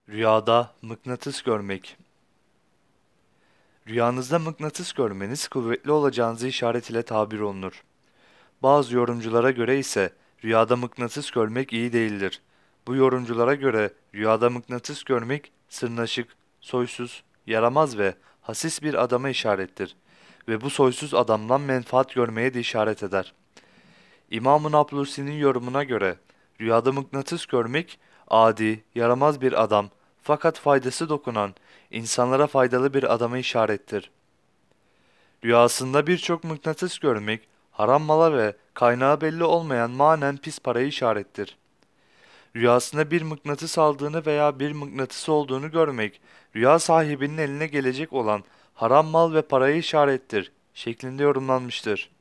Rüyada mıknatıs görmek. Rüyanızda mıknatıs görmeniz kuvvetli olacağınızı işaret ile tabir olunur. Bazı yorumculara göre ise rüyada mıknatıs görmek iyi değildir. Bu yorumculara göre rüyada mıknatıs görmek sırnaşık, soysuz, yaramaz ve hasis bir adama işarettir ve bu soysuz adamdan menfaat görmeye de işaret eder. İmam-ı Nablusi'nin yorumuna göre rüyada mıknatıs görmek adi, yaramaz bir adam fakat faydası dokunan, insanlara faydalı bir adama işarettir. Rüyasında birçok mıknatıs görmek haram mala ve kaynağı belli olmayan manen pis parayı işarettir. Rüyasında bir mıknatıs aldığını veya bir mıknatısı olduğunu görmek, rüya sahibinin eline gelecek olan haram mal ve parayı işarettir şeklinde yorumlanmıştır.